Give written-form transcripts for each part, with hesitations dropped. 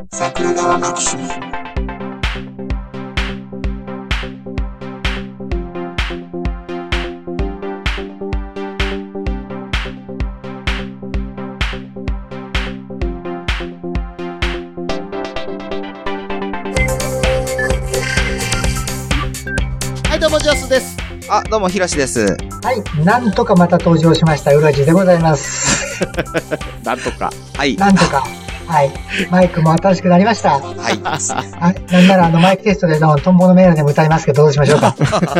桜川マキシム。 はい、どうもジャスです。 あ、どうもひろしです。 はい、なんとかまた登場しましたうらじでございます。 なんとか。 はい。 なんとか。はい。マイクも新しくなりました。 はい。 はい。なんならマイクテストでのトンボのメールでも歌いますけどどうしましょうか。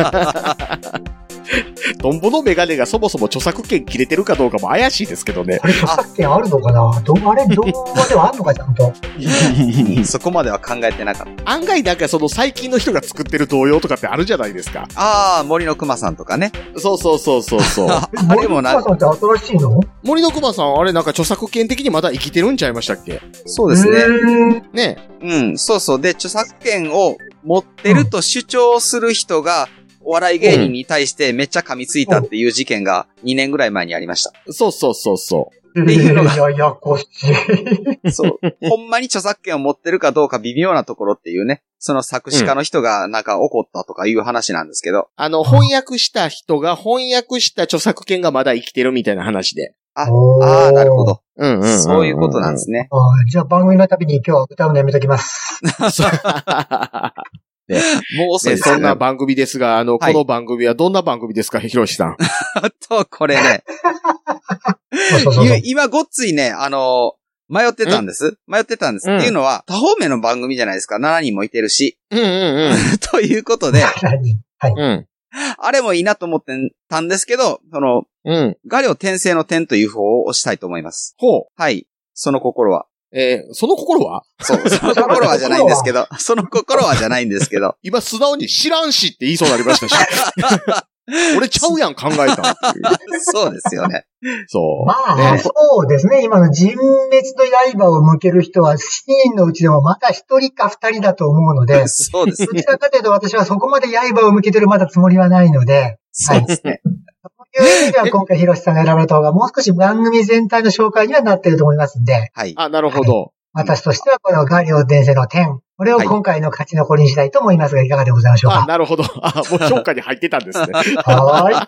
トンボのメガネがそもそも著作権切れてるかどうかも怪しいですけどね。 これ著作権あるのかな？あれ動画ではあるのかちゃんと。 そこまでは考えてなかった。 案外なんかその最近の人が作ってる童謡とかってあるじゃないですか。 ああ、森の熊さんとかね。 そう。 あれもな。 森の熊さんって新しいの？ 森の熊さんあれなんか著作権的にまだ生きてるんちゃいましたっけ？ そうですね。 ね。 うん、そう。で、著作権を持ってると主張する人が、お笑い芸人に対してめっちゃ噛みついたっていう事件が2年ぐらい前にありました。 そう。 っていうのがややこしい。 そう。ほんまに著作権を持ってるかどうか微妙なところっていうね。その作詞家の人がなんか怒ったとかいう話なんですけど。 翻訳した人が翻訳した著作権がまだ生きてるみたいな話で。 ああ、なるほど。 うん。 そういうことなんですね。 じゃあ番組のたびに今日は歌うのやめときます。 もう遅いですね。そんな番組ですが、この番組はどんな番組ですか、ひろしさん。 これね。 そう今ごっついね、迷ってたんです。っていうのは、多方面の番組じゃないですか。7人もいてるし。ということで。 はい。 あれもいいなと思ってたんですけど、画量転生の点という方を押したいと思います。 ほう。 はい。その心は。 その心は？ そう、その心はじゃないんですけど、 今素直に知らんしって言いそうになりましたし。俺ちゃうやん考えたっていう。 そうですよね。 そう。 まあ、そうですね。今の人滅の刃を向ける人は7人のうちでもまた1人か2人だと思うので、 そうですね。 どちらかというと私はそこまで刃を向けてるまだつもりはないので、 そうですね。 そういう意味では今回ヒロシさんが選ばれた方がもう少し番組全体の紹介にはなっていると思いますんで。 はい。 あ、なるほど。はい、 私としてはこの画量転生の点。これを今回の勝ち残りにしたいと思いますが、いかがでございましょうか。 あ、なるほど。もう評価に入ってたんですね。 はい。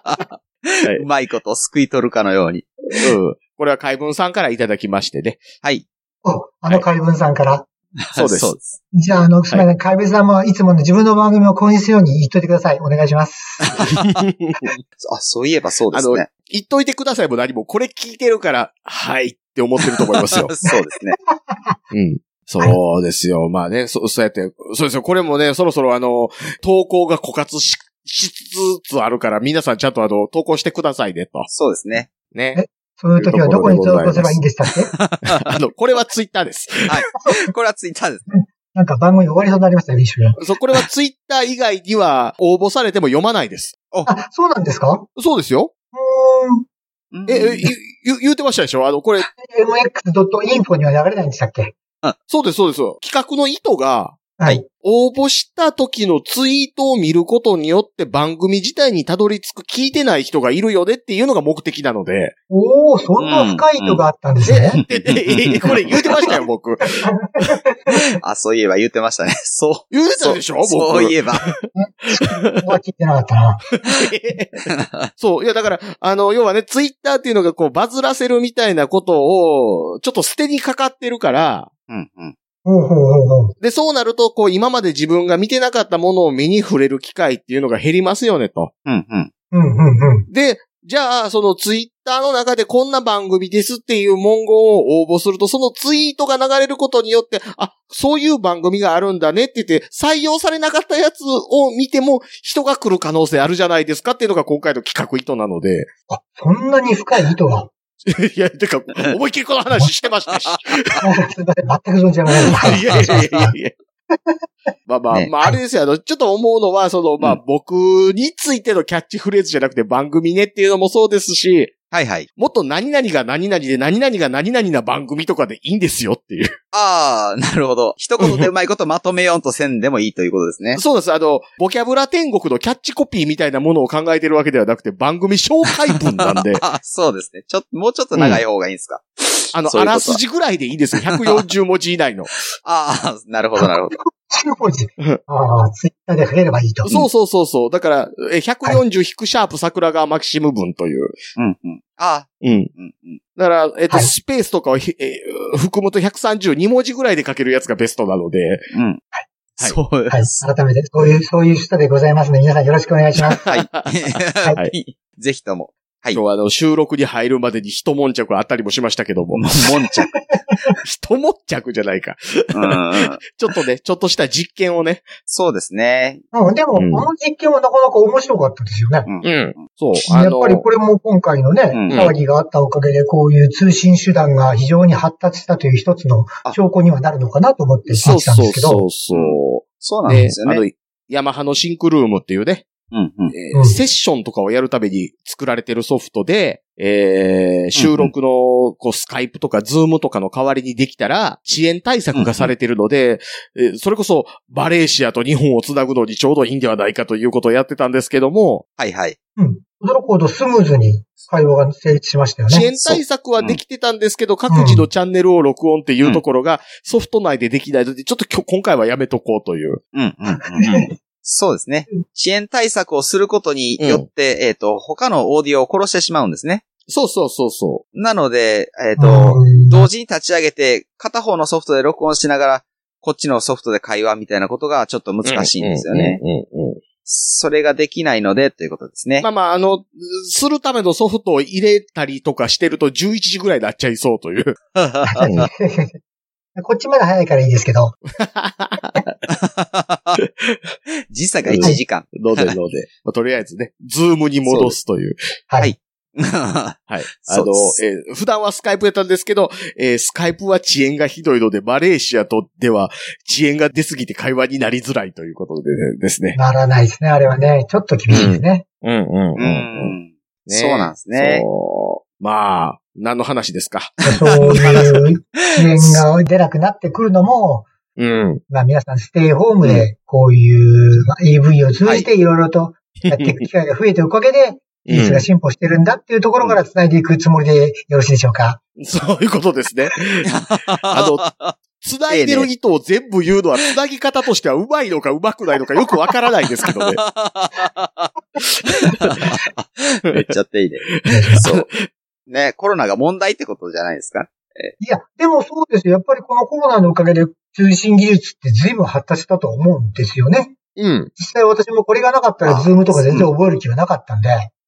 うまいことすくい取るかのように。 これは海文さんからいただきましてね。 はい。 海文さんから。 そうです。 じゃあ、すみません。海文さんもいつもの自分の番組を購入するように言っといてください。お願いします。 あ、そういえばそうですね。 言っといてくださいも何も、これ聞いてるから、はいって思ってると思いますよ。 そうですね。 そうですよ。まあね、そうやって、そうですよ。これもね、そろそろ投稿が枯渇しつつあるから、皆さんちゃんと投稿してくださいね、と。 そうですね。 ね。 そういう時はどこに投稿すればいいんでしたっけ？ これはツイッターです。 はい。これはツイッターです。 なんか番組終わりそうになりましたよ、一瞬。 そう、これはツイッター以外には応募されても読まないです。 あ、そうなんですか？ そうですよ。言うてましたでしょ？これ。 mx.info には流れないんでしたっけ？ そうです。企画の意図が、 はい。 応募した時のツイートを見ることによって番組自体にたどり着く聞いてない人がいるよねっていうのが目的なので。 おー、そんな深い意図があったんですね。 これ言うてましたよ、僕。 あ、そういえば言うてましたね。そう。 言うてたでしょ僕。 そういえば。 聞いてなかったな。 そう。いや、だから、要はね、ツイッターっていうのがこう、バズらせるみたいなことを、ちょっと捨てにかかってるから、で、そうなると、こう、今まで自分が見てなかったものを目に触れる機会っていうのが減りますよね、と。で、じゃあ、そのツイッターの中でこんな番組ですっていう文言を応募すると、そのツイートが流れることによって、あ、そういう番組があるんだねって言って、採用されなかったやつを見ても人が来る可能性あるじゃないですかっていうのが今回の企画意図なので。 あ、そんなに深い意図が。 いや、てか、思いっきりこの話してましたし。 すいません、全く存じ上げない。 いや。まあ、あれですよ。ちょっと思うのは、僕についてのキャッチフレーズじゃなくて番組ねっていうのもそうですし、 はいはい。 もっと何々が何々で何々が何々な番組とかでいいんですよっていう。 ああ、なるほど。一言でうまいことまとめようとせんでもいいということですね。 そうです。ボキャブラ天国のキャッチコピーみたいなものを考えてるわけではなくて、番組紹介文なんで。 そうですね。もうちょっと長い方がいいんですか。 あらすじぐらいでいいですよ。140文字以内の。 ああ、なるほど、なるほど。 140文字。ああ、ツイッターで増えればいいと。 そう。だから、140引くシャープ桜川マキシム分という。 ああ。 だから、スペースとかを含むと132文字ぐらいで書けるやつがベストなので。 そうです。 改めて、そういう人でございますので、皆さんよろしくお願いします。 はい。ぜひとも。はい。 今日は収録に入るまでに一悶着あったりもしましたけども。 悶着。 一悶着じゃないか。ちょっとした実験をね。 そうですね。 でも、この実験はなかなか面白かったですよね。 そう。 やっぱりこれも今回のね、騒ぎがあったおかげで、こういう通信手段が非常に発達したという一つの証拠にはなるのかなと思って聞いてたんですけど。 そうなんですよね。 ヤマハのシンクルームっていうね。セッションとかをやるために作られてるソフトで、収録のスカイプとかズームとかの代わりにできたら遅延対策がされてるので、それこそマレーシアと日本をつなぐのにちょうどいいんではないかということをやってたんですけども。 はいはい。 驚くほどスムーズに会話が成立しましたよね。 遅延対策はできてたんですけど、各自のチャンネルを録音っていうところがソフト内でできないので、ちょっと今回はやめとこうという。 そうですね。遅延対策をすることによって、他のオーディオを殺してしまうんですね。 そう。 なので、同時に立ち上げて、片方のソフトで録音しながら、こっちのソフトで会話みたいなことがちょっと難しいんですよね。それができないので、ということですね。 するためのソフトを入れたりとかしてると11時ぐらいになっちゃいそうという。 こっちまだ早いからいいですけど。 時差が1時間。 ので。とりあえずね、ズームに戻すという。 はい。 はい。普段はスカイプやったんですけど、スカイプは遅延がひどいので、マレーシアとでは遅延が出すぎて会話になりづらいということでですね。 ならないですね、あれはね。ちょっと厳しいですね。 そうなんですね。 何の話ですか。 そういう遅延が出なくなってくるのも、皆さんステイホームでこういう AV を通じていろいろとやっていく機会が増えているおかげで、技術が進歩してるんだっていうところから繋いでいくつもりでよろしいでしょうか。 そういうことですね。繋いでる糸を全部言うのは繋ぎ方としてはうまいのかうまくないのかよくわからないですけどね。 めっちゃ丁寧。そう。ね、コロナが問題ってことじゃないですか。 いや、でもそうですよ。やっぱりこのコロナのおかげで通信技術って随分発達したと思うんですよね。実際私もこれがなかったらズームとか全然覚える気がなかったんで。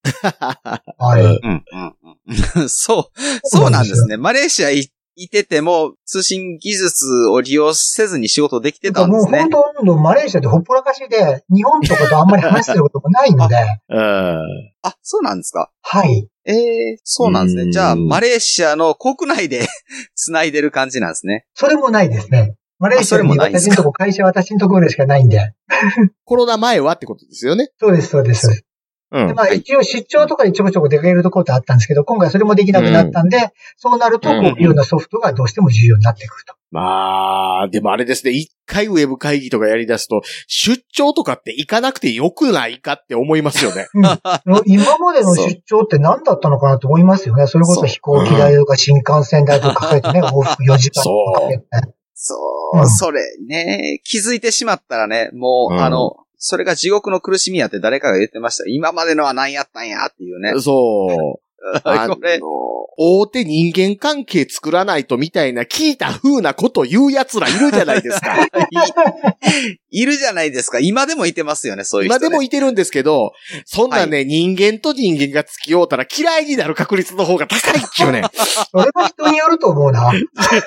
そうなんですね。マレーシアいてても通信技術を利用せずに仕事できてたんですね。 もう本当マレーシアってほっぽらかしで、日本とかとあんまり話してることもないので。 あ、そうなんですか。 はい。 そうなんですね。じゃあ、マレーシアの国内で繋いでる感じなんですね。 それもないですね。マレーシアに私のとこ、会社私のところしかないんで。 コロナ前はってことですよね。 そうです。で一応出張とかにちょこちょこ出かけるところってあったんですけど、今回それもできなくなったんで、そうなると、こういうようなソフトがどうしても重要になってくると。 でもあれですね、一回ウェブ会議とかやり出すと、出張とかって行かなくてよくないかって思いますよね。 今までの出張って何だったのかなと思いますよね。それこそ飛行機代とか新幹線代とかかけてね、往復4時間とかかけて。 それね、気づいてしまったらね、もう、それが地獄の苦しみやって誰かが言ってました。今までのは何やったんやっていうね。 そう。大手人間関係作らないとみたいな聞いた風なこと言う奴らいるじゃないですか。 いるじゃないですか。今でもいてますよね、そういう人、ね。 今でもいてるんですけど、そんなね、人間と人間が付き合うたら嫌いになる確率の方が高いっちゅうね。 それは人によると思うな。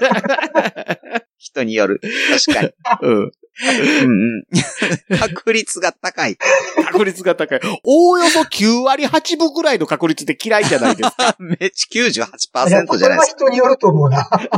人による。確かに。確率が高い。 確率が高い。おおよそ9割8分ぐらいの確率で嫌いじゃないですか。 めっちゃ 98% じゃないですか。 それは人によると思うな。 好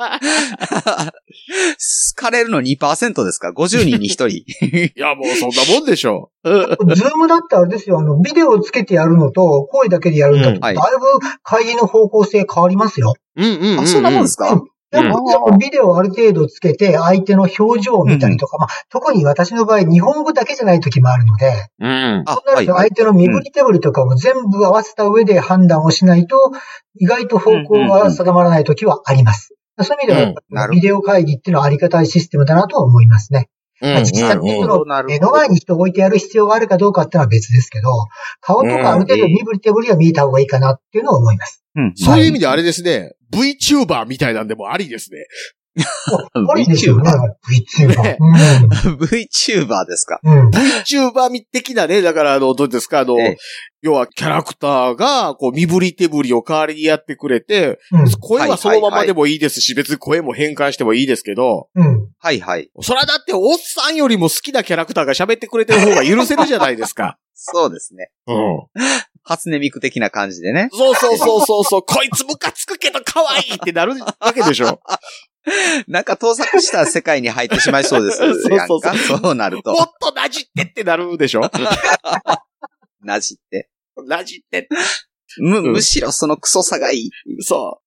かれるの 2% ですか ?50 人に1人。 いや、もうそんなもんでしょ。 ズームだったらあれですよ、ビデオをつけてやるのと、声だけでやるのと、だいぶ会議の方向性変わりますよ。 あ、そんなもんですか？ でもビデオをある程度つけて相手の表情を見たりとか、まあ、特に私の場合日本語だけじゃない時もあるので、そうなると相手の身振り手振りとかも全部合わせた上で判断をしないと、意外と方向が定まらない時はあります。そういう意味では、ビデオ会議っていうのはありがたいシステムだなとは思いますね。実際に目の前に人を置いてやる必要があるかどうかっていうのは別ですけど、顔とかある程度身振り手振りは見えた方がいいかなっていうのを思います。 そういう意味であれですね、VTuber みたいなんでもありですね。 VTuber ですか。 VTuber 的なね、だからどうですか、要はキャラクターが、こう、身振り手振りを代わりにやってくれて、声はそのままでもいいですし、別に声も変換してもいいですけど、 はいはい。 それはだっておっさんよりも好きなキャラクターが喋ってくれてる方が許せるじゃないですか。 そうですね。初音ミク的な感じでね。 そう、こいつムカつくけど可愛いってなるわけでしょ。 なんか盗作した世界に入ってしまいそうですそうなると。 もっとなじってってなるでしょ。 なじって。 むしろそのクソさがいい。 そう。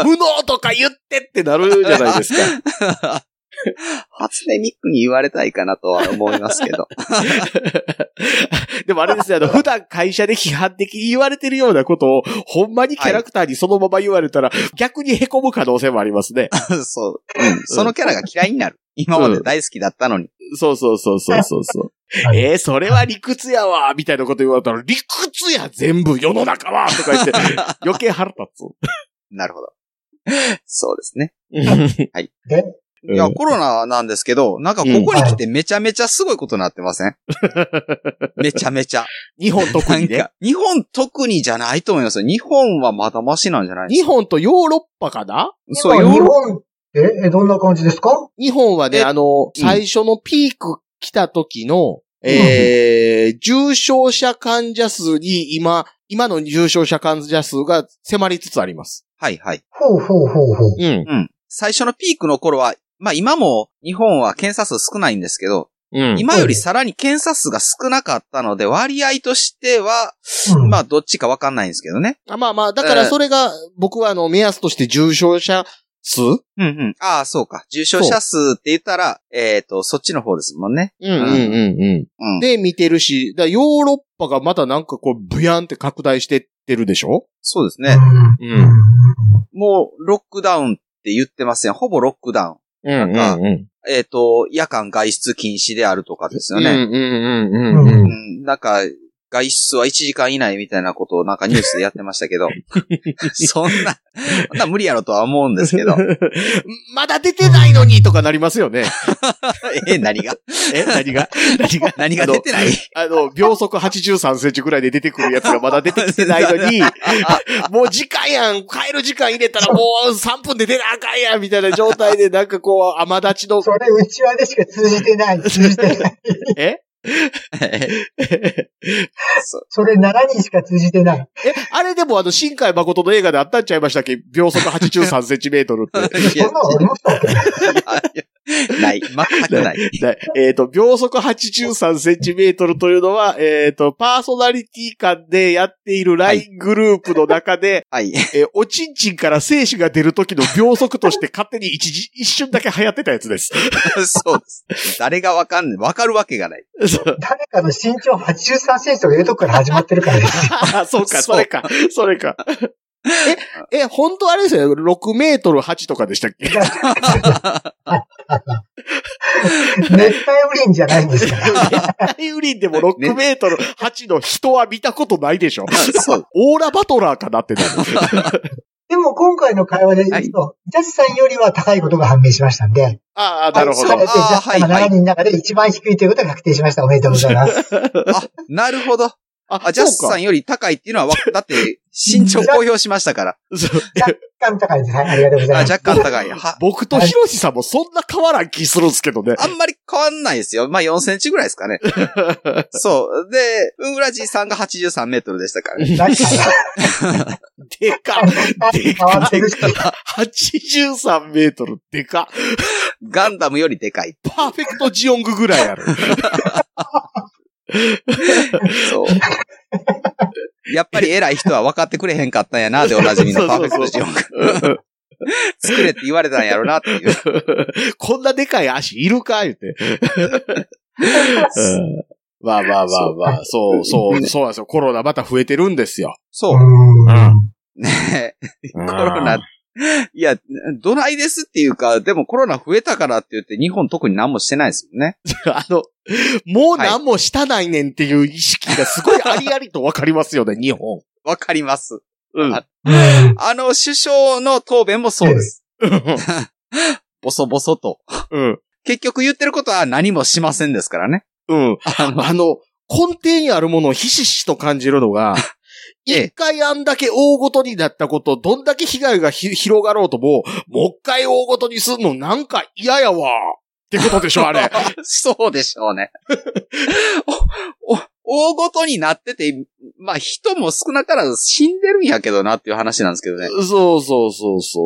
無能とか言ってってなるじゃないですか。 初音ミクに言われたいかなとは思いますけど。 でもあれですね、普段会社で批判的に言われてるようなことを、ほんまにキャラクターにそのまま言われたら、逆に凹む可能性もありますね。 そう。そのキャラが嫌いになる。今まで大好きだったのに。 そう。それは理屈やわ、みたいなこと言われたら、理屈や全部世の中はとか言って、余計腹立つ。 なるほど。そうですね。はい。 いや、コロナなんですけど、なんかここに来てめちゃめちゃすごいことになってません？めちゃめちゃ。 日本特にね。 日本特にじゃないと思いますよ。日本はまだマシなんじゃないですか？ 日本とヨーロッパかな？ そう、日本どんな感じですか？ 日本はね、最初のピーク来た時の、重症者患者数に今の重症者患者数が迫りつつあります。 はいはい。 ほう。 最初のピークの頃は、まあ今も日本は検査数少ないんですけど、今よりさらに検査数が少なかったので、割合としては、まあどっちかわかんないんですけどね。 まあ、だからそれが僕は目安として重症者数？ ああ、そうか。重症者数って言ったら、そっちの方ですもんね。 で、見てるし、ヨーロッパがまたなんかこう、ブヤンって拡大してってるでしょ？ そうですね。もう、ロックダウンって言ってますよ。ほぼロックダウン。なんか、夜間外出禁止であるとかですよね。なんか、外出は1時間以内みたいなことをなんかニュースでやってましたけど、そんな無理やろとは思うんですけど。 まだ出てないのにとかなりますよね。 何が出てない？ 秒速83センチぐらいで出てくるやつがまだ出てきてないのに、もう時間やん、帰る時間入れたらもう3分で出なあかんやんみたいな状態でなんかこう、甘立ちの。 それうちわでしか通じてない。それ7人しか通じてない。 あれでも新海誠の映画であったんちゃいましたっけ？秒速83センチメートルって。 そんなのありましたっけ？ ない。全くない。 秒速83センチメートルというのは、パーソナリティ間でやっている LINE グループの中で、おちんちんから精子が出る時の秒速として勝手に一瞬だけ流行ってたやつです。 そうです。誰がわかるわけがない。 誰かの身長83センチとかいうとこから始まってるからです。 そうか、それか。本当あれですよ、6メートル8とかでしたっけ？熱帯雨林じゃないんですから。 熱帯雨林でも6メートル8の人は見たことないでしょ。オーラバトラーかなってなる。 でも今回の会話で言うと、ジャスさんよりは高いことが判明しましたんで。 なるほど。 ジャスさんが7人の中で一番低いということが確定しました。おめでとうございます。 なるほど。ジャスさんより高いっていうのは、だって身長公表しましたから。 若干高いです。はい、ありがとうございます。 若干高い。 僕とヒロシさんもそんな変わらん気するんですけどね。 あんまり変わんないですよ。まあ4センチぐらいですかね。そう。で、ウングラジーさんが83メートルでしたからね。 でか。83メートルでか。 ガンダムよりでかい。 パーフェクトジオングぐらいある。 そう。やっぱり偉い人は分かってくれへんかったんやな、でおなじみのパーフェクトジオング。 作れって言われたんやろなっていう。 こんなでかい足いるか言って。まあ、そうなんですよ。コロナまた増えてるんですよ。 そう。ねえ。コロナ、いや、どないですっていうか、でもコロナ増えたからって言って日本特に何もしてないですもんね。 もう何もしたないねんっていう意識がすごいありありとわかりますよね、日本。 わかります。 うん。 首相の答弁もそうです。ボソボソと。 うん。 結局言ってることは何もしませんですからね。 うん。根底にあるものをひしひしと感じるのが、一回あんだけ大ごとになったこと、どんだけ被害が広がろうともう一回大ごとにすんのなんか嫌やわ。ってことでしょ、あれ。 そうでしょうね。大ごとになってて、まあ人も少なからず死んでるんやけどなっていう話なんですけどね。 そう。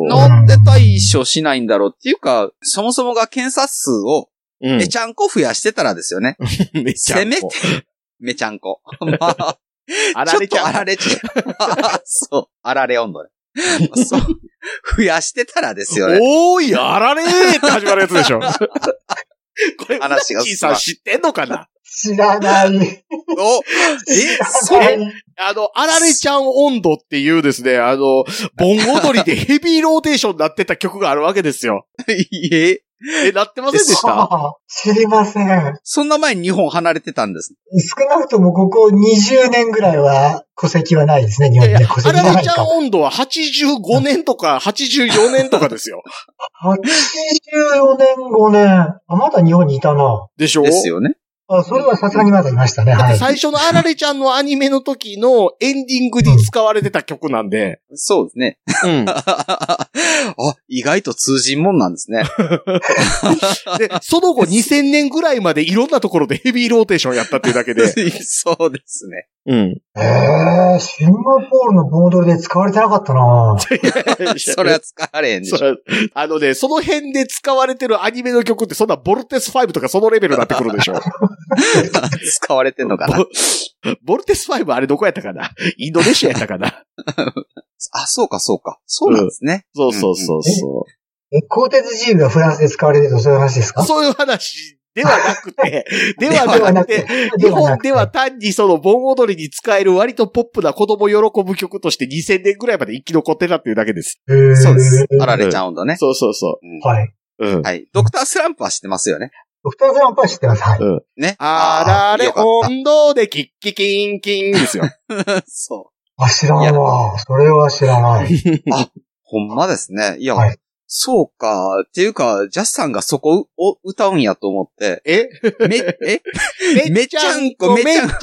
なんで対処しないんだろうっていうか、そもそもが検査数をめちゃんこ増やしてたらですよね。せめて、めちゃんこ。まあ、 あられちゃん。 あられちゃん。そう。あられ温度ね。そう。増やしてたらですよね。 おーい、あられーって始まるやつでしょ。これ、 話が。 さん知ってんのかな？ 知らない。 それ、 あられちゃん温度っていうですね、盆踊りでヘビーローテーションになってた曲があるわけですよ。なってませんでした？ 知りません。 そんな前に日本離れてたんです。 少なくともここ20年ぐらいは戸籍はないですね、日本で。 あられちゃん温度は85年とか84年とかですよ。 84年、5年。まだ日本にいたな。 でしょ？ ですよね。 それはさすがにまだいましたね。 はい。最初のあられちゃんのアニメの時のエンディングに使われてた曲なんで。 そうですね。うん。意外と通じんもんなんですね。 で、その後2000年ぐらいまでいろんなところでヘビーローテーションやったっていうだけで。 そうですね。 うん。 シンガポールの盆踊りで使われてなかったなそれは使われへんでしょ。 その辺で使われてるアニメの曲ってそんなボルテス5とかそのレベルになってくるでしょ。 使われてんのかな。 ボルテス5あれどこやったかな？インドネシアやったかな。 そうか。そうなんですね。 そう。 鋼鉄自由がフランスで使われるとそういう話ですか？ そういう話ではなくて、日本では単にその盆踊りに使える割とポップな子供喜ぶ曲として2000年ぐらいまで生き残ってたっていうだけです。 そうです。あられちゃん温度ね。 そう。 はい。 はい。ドクタースランプは知ってますよね。 ドクタースランプは知ってます。はい。 ね。 あられ温度でキッキキンキンですよ。 そう。 知らんわ。それは知らない。 ほんまですね。いや、そうか。っていうか、ジャスさんがそこを歌うんやと思って。めちゃんこ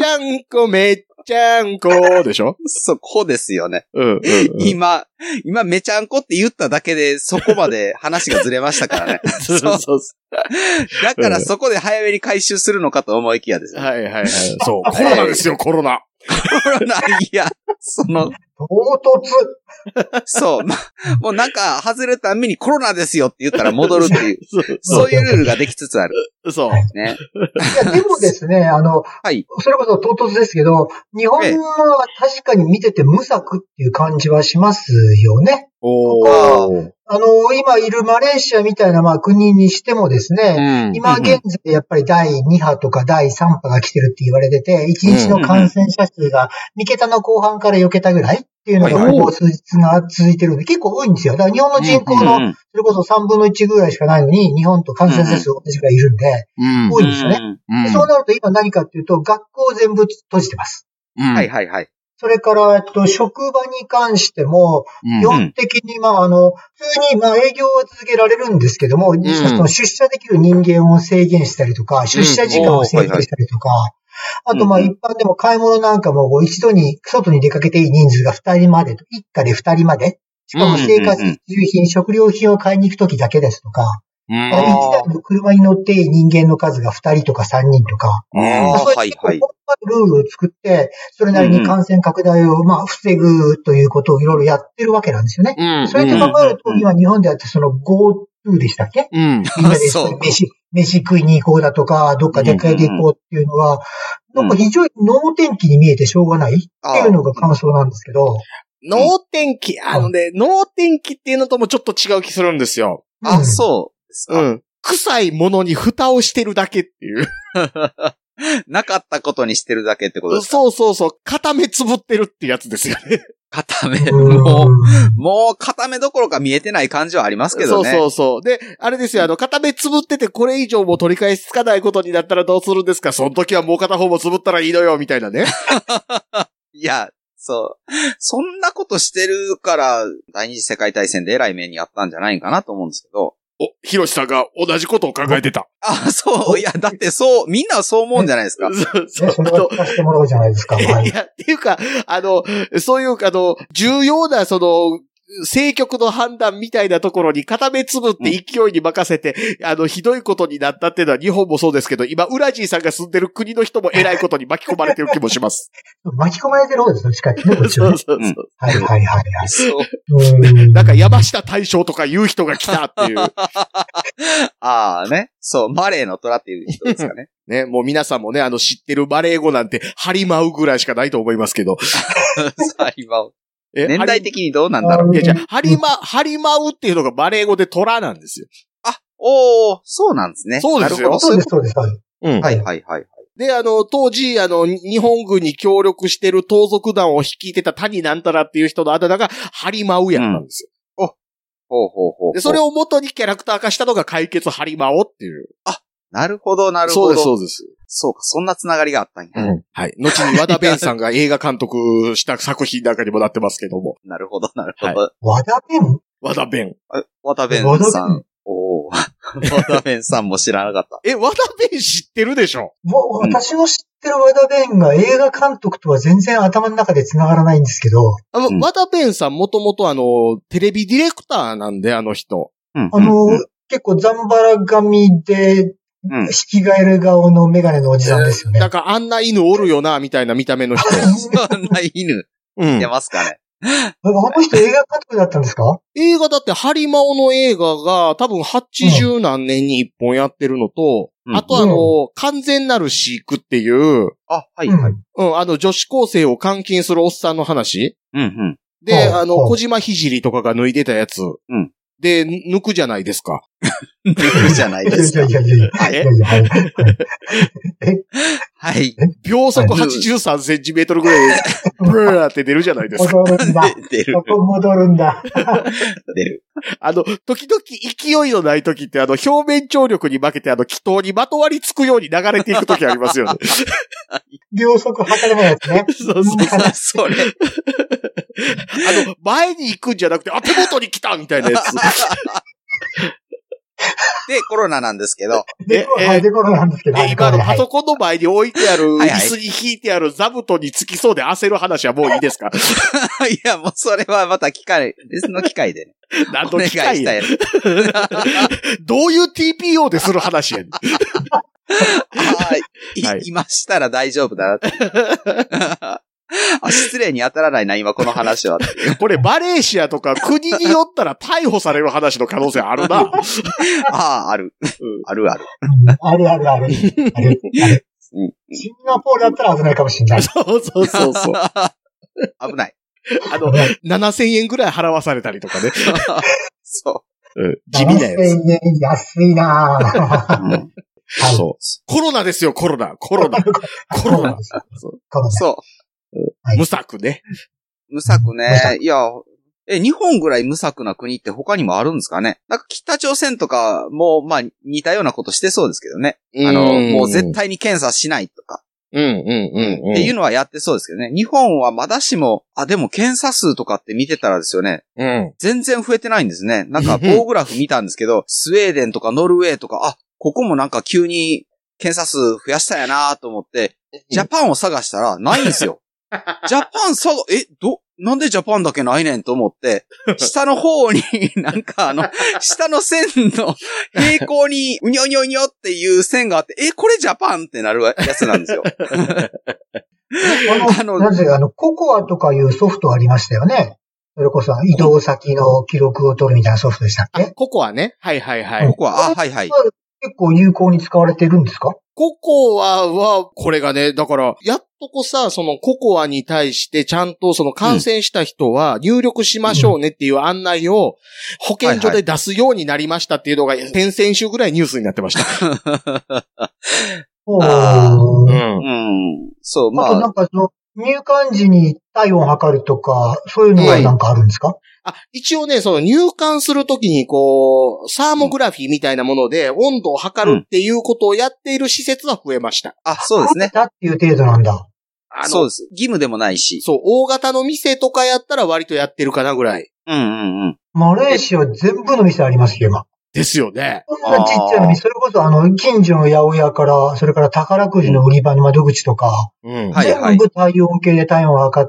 でしょ？ そこですよね。今めちゃんこって言っただけでそこまで話がずれましたからね。 そう。 だからそこで早めに回収するのかと思いきやですね。 はい。そう。コロナですよ、コロナ。 いや、 唐突。 そう。もうなんか外れるためにコロナですよって言ったら戻るっていう、そういうルールができつつある。 そう。 ね。 いや、でもですね、 はい。 それこそ唐突ですけど、日本は確かに見てて無策っていう感じはしますよね。今いるマレーシアみたいな国にしてもですね、今現在やっぱり第2波とか第3波が来てるって言われてて、1日の感染者数が3桁の後半から4桁ぐらいっていうのがここ数日が続いてるんで、結構多いんですよ。だから日本の人口のそれこそ3分の1ぐらいしかないのに、日本と感染者数同じぐらいいるんで、多いんですよね。そうなると今何かっていうと、学校全部閉じてます。 はい。 それから、職場に関しても、基本的に、普通に、営業は続けられるんですけども、出社できる人間を制限したりとか、出社時間を制限したりとか、あと、一般でも買い物なんかも、一度に外に出かけていい人数が2人までと、一家で2人まで、しかも生活必需品、食料品を買いに行くときだけですとか、一台の車に乗っていい人間の数が2人とか3人とか、そういうルールを作って、それなりに感染拡大を防ぐということをいろいろやってるわけなんですよね。それと考えると、今日本であってGoTo でしたっけ？みんなで飯食いに行こうだとか、どっか出かけて行こうっていうのは、なんか非常に能天気に見えてしょうがないっていうのが感想なんですけど。 脳天気、脳天気っていうのともちょっと違う気するんですよ。 あ、そうですか。 うん。臭いものに蓋をしてるだけっていう。 なかったことにしてるだけってことですか？ そう。片目つぶってるってやつですよね。 片目、もう片目どころか見えてない感じはありますけどね。 そう。で、あれですよ、片目つぶっててこれ以上も取り返しつかないことになったらどうするんですか？その時はもう片方もつぶったらいいのよ、みたいなね。 いや、そう。そんなことしてるから、第二次世界大戦で偉い目にあったんじゃないかなと思うんですけど。 ヒロシさんが同じことを考えてた。 あ、そう。いや、だってそう、みんなはそう思うんじゃないですか。 そう。それは聞かせてもらおうじゃないですか。 いや、っていうか、そういう、重要な、政局の判断みたいなところに片目つぶって勢いに任せて、ひどいことになったっていうのは日本もそうですけど、今、ウラジーさんが住んでる国の人も偉いことに巻き込まれてる気もします。 巻き込まれてる方ですね、近くね。 そう。 はい。 そう。 なんか山下大将とか言う人が来たっていう。 ああね。そう、マレーの虎っていう人ですかね。 ね、もう皆さんもね、知ってるバレー語なんて、ハリマウぐらいしかないと思いますけど。 ハリマウ。年代的にどうなんだろう。 いや、じゃあ、ハリマウっていうのがバレー語で虎なんですよ。 あ、そうなんですね。 そうですよ。 そうです。 うん。 はい。 で、当時、日本軍に協力してる盗賊団を率いてた谷なんたらっていう人のあだ名がハリマウやったんですよ。 ほう。 で、それを元にキャラクター化したのが解決ハリマオっていう。 あ、なるほど。 そうです。 そうか、そんなつながりがあったんや。 はい。後に和田弁さんが映画監督した作品なんかにもなってますけども。 なるほど。はい、 和田弁和田弁さん。和田弁さんも知らなかった。 和田弁知ってるでしょ？ もう、私の知ってる和田弁が映画監督とは全然頭の中で繋がらないんですけど。 和田弁さんもともとテレビディレクターなんで、人。 結構ザンバラ髪で、引き返る顔のメガネのおじさんですよね。 だからあんな犬おるよな、みたいな見た目の人。 あんな犬。出ますかね。 あの人映画監督だったんですか？ 映画だってハリマオの映画が多分80何年に1本やってるのと、あと完全なる飼育っていう、 はい。 女子高生を監禁するおっさんの話。で、小島聖とかが脱いでたやつ。で、抜くじゃないですか。 抜くじゃないですか。はい。 秒速83センチメートルぐらいで、ブーって出るじゃないですか。 戻るんだ。そこ戻るんだ。 出る。 時々勢いのない時って、表面張力に負けて、気筒にまとわりつくように流れていく時ありますよね。 秒速測れないやつね。 それ。 前に行くんじゃなくて、手元に来たみたいなやつ。 で、コロナなんですけど。 コロナなんですけど。 今パソコンの前に置いてある、椅子に引いてある座布団につきそうで焦る話はもういいですか？ いや、もうそれはまた別の機会でね。 何の機会やどういう TPO でする話やねん。 今したら大丈夫だなって。失礼に当たらないな、今この話は。 これ、マレーシアとか国によったら逮捕される話の可能性あるな。 ある。ある。 ある。シンガポールだったら危ないかもしれない。 そう。 危ない。 7000円ぐらい払わされたりとかね。 そう。 地味なやつ。 7000円安いなぁ。 そう。コロナですよ、コロナ。 そう。 無策ね。 無策ね。いや、日本ぐらい無策な国って他にもあるんですかね？なんか北朝鮮とかも、似たようなことしてそうですけどね。もう絶対に検査しないとか。っていうのはやってそうですけどね。日本はまだしも、でも検査数とかって見てたらですよね。全然増えてないんですね。なんか棒グラフ見たんですけど、スウェーデンとかノルウェーとか、ここもなんか急に検査数増やしたやなと思って、ジャパンを探したらないんですよ。ジャパンなんでジャパンだけないねんと思って、下の方になんか下の線の平行にうにょっていう線があって、これジャパンってなるやつなんですよ。 なぜココアとかいうソフトありましたよね。それこそ移動先の記録を取るみたいなソフトでしたっけ？ ココアね。はい。 ココア、はい。 結構有効に使われてるんですか？ ココアは、これがね、だから、やっとこさ、そのココアに対してちゃんとその感染した人は入力しましょうねっていう案内を保健所で出すようになりましたっていうのが先々週ぐらいニュースになってました。 そう、まあ。 あとなんかその、入館時に体温を測るとか、そういうのはなんかあるんですか？ 一応ね、その入館するときにこう、サーモグラフィーみたいなもので温度を測るっていうことをやっている施設は増えました。 そうですね。 だっていう程度なんだ。 そうです。義務でもないし。 そう、大型の店とかやったら割とやってるかなぐらい。 マレーシア全部の店ありますよ、今。 ですよね。 そんなちっちゃいのに、それこそ近所の八百屋から、それから宝くじの売り場の窓口とか、全部体温計で体温を測って、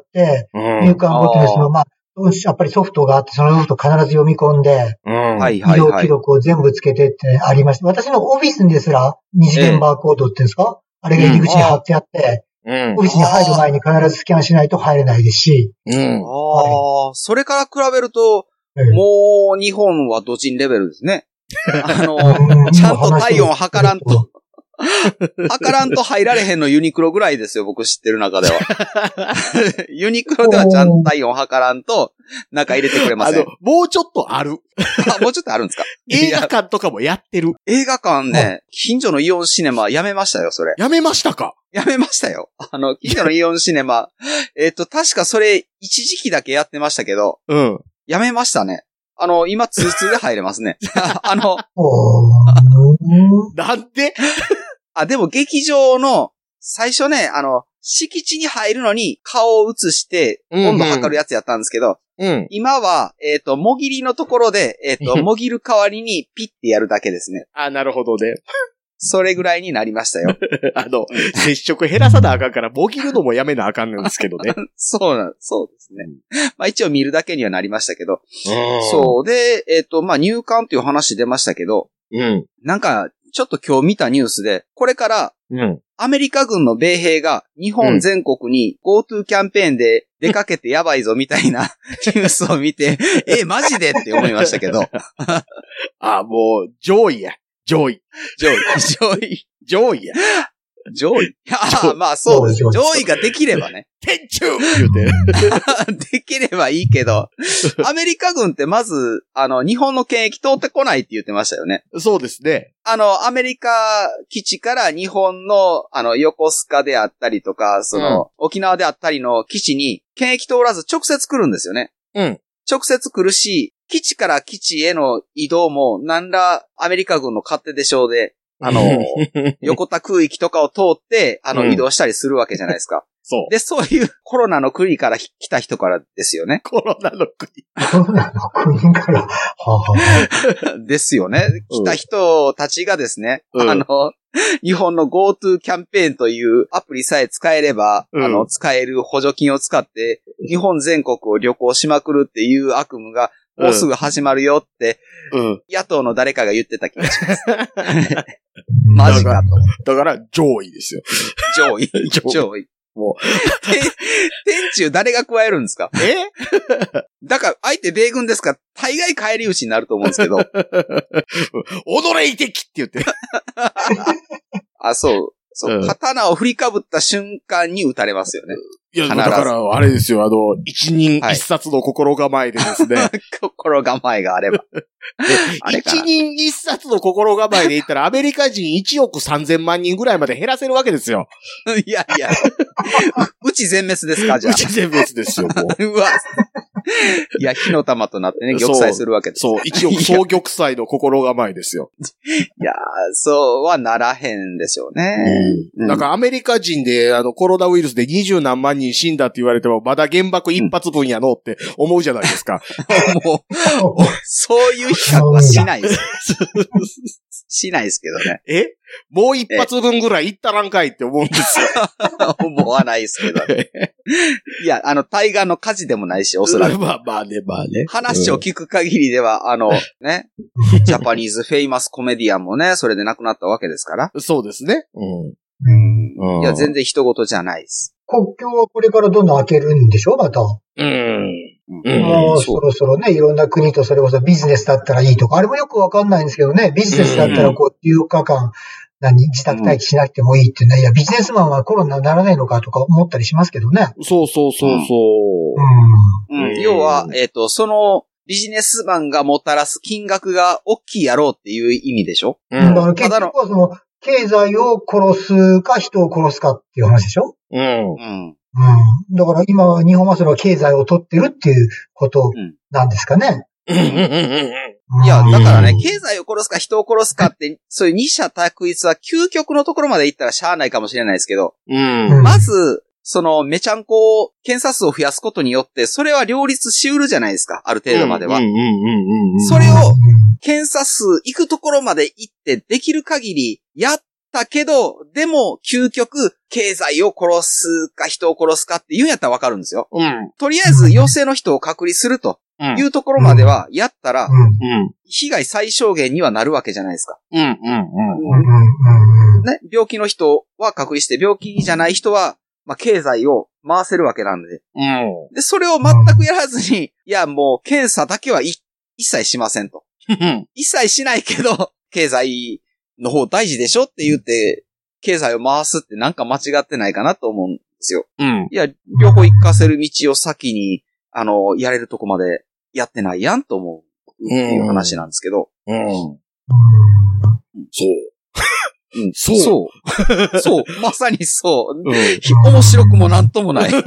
入館ごとにやっぱりソフトがあって、そのソフト必ず読み込んで、医療記録を全部つけてってありました。私のオフィスにですら、二次元バーコードっていうんですか？あれが入り口に貼ってあって、オフィスに入る前に必ずスキャンしないと入れないですし。 それから比べると、もう日本はドジンレベルですね。ちゃんと体温測らんと。測らんと入られへんのユニクロぐらいですよ、僕知ってる中では。ユニクロではちゃんと体温測らんと、中入れてくれません。 もうちょっとある。 もうちょっとあるんですか？ 映画館とかもやってる。 映画館ね、近所のイオンシネマやめましたよ、それ。 やめましたか？ やめましたよ。近所のイオンシネマ。確かそれ、一時期だけやってましたけど、やめましたね。今、通通で入れますね。 なんで？ でも劇場の、最初ね、敷地に入るのに顔を映して、温度測るやつやったんですけど、今は、もぎりのところで、もぎる代わりにピッてやるだけですね。 なるほどね。 それぐらいになりましたよ。 接触減らさなあかんから、もぎるのもやめなあかんんですけどね。 そうですね。まあ一応見るだけにはなりましたけど。そう。で、まあ入館っていう話出ましたけど、なんか、ちょっと今日見たニュースで、これから、アメリカ軍の米兵が日本全国に GoTo キャンペーンで出かけてやばいぞみたいなニュースを見て、マジでって思いましたけど。 もう、上位や。上位や。 まあそうですよ。上位ができればね。 天中言うて。 できればいいけど、アメリカ軍ってまず、日本の検疫通ってこないって言ってましたよね。 そうですね。 アメリカ基地から日本の、横須賀であったりとか、沖縄であったりの基地に検疫通らず直接来るんですよね。直接来るし、基地から基地への移動も何らアメリカ軍の勝手でしょうで、横田空域とかを通って、移動したりするわけじゃないですか。 そう。 で、そういうコロナの国から来た人からですよね。 コロナの国から。 ですよね。来た人たちがですね、日本の GoTo キャンペーンというアプリさえ使えれば、使える補助金を使って、日本全国を旅行しまくるっていう悪夢が、もうすぐ始まるよって、野党の誰かが言ってた気がします。マジかと。だから、上位ですよ。 上位。もう。天中誰が加えるんですか？だから、相手米軍ですから、大概返り討ちになると思うんですけど。 踊れいてきって言って。 そう、刀を振りかぶった瞬間に撃たれますよね。 いや、だから、あれですよ、一人一冊の心構えでですね。 心構えがあれば。 一人一冊の心構えで言ったら、アメリカ人1億3000万人ぐらいまで減らせるわけですよ。 いや、うち全滅ですか、じゃあ。 うち全滅ですよ、もう。 うわ。いや、火の玉となってね、玉砕するわけです。 そう、1億総玉砕の心構えですよ。 いや、そうはならへんでしょうね。 なんかアメリカ人で、コロナウイルスで20何万人死んだって言われても、まだ原爆一発分やのって思うじゃないですか。 もう、そういう比較はしないです。しないですけどね。 もう一発分ぐらいいったらんかいって思うんですよ。 思わないですけどね。いや、対岸の火事でもないし、おそらく。 まあね。 話を聞く限りでは、ね、ジャパニーズフェイマスコメディアンもね、それで亡くなったわけですから。 そうですね。 いや、全然人事じゃないです。 国境はこれからどんどん開けるんでしょまた。もうそろそろね、いろんな国とそれこそビジネスだったらいいとか、あれもよくわかんないんですけどね、ビジネスだったらこう、10日間、 自宅待機しなくてもいいっていうのは、いや、ビジネスマンはコロナにならないのかとか思ったりしますけどね。 そうそうそうそう。 要は、そのビジネスマンがもたらす金額が大きいやろうっていう意味でしょ？ だから結局はその、経済を殺すか人を殺すかっていう話でしょ？だから今は日本はそれは経済を取ってるっていうことなんですかね。 いや、だからね、経済を殺すか人を殺すかって、そういう二者択一は究極のところまで行ったらしゃあないかもしれないですけど、まず、その、めちゃんこ、検査数を増やすことによって、それは両立しうるじゃないですか、ある程度までは。それを、検査数行くところまで行って、できる限りやったけど、でも、究極、経済を殺すか人を殺すかっていうんやったらわかるんですよ。とりあえず、陽性の人を隔離するというところまでは、やったら、被害最小限にはなるわけじゃないですか。ね、病気の人は隔離して、病気じゃない人は、まあ、経済を回せるわけなんで。で、それを全くやらずに、いや、もう、検査だけは一切しませんと。一切しないけど、経済の方大事でしょって言って、経済を回すってなんか間違ってないかなと思うんですよ。いや、両方行かせる道を先に、やれるとこまでやってないやんと思うっていう話なんですけど。 そう。 そう。まさにそう。面白くもなんともない。そう。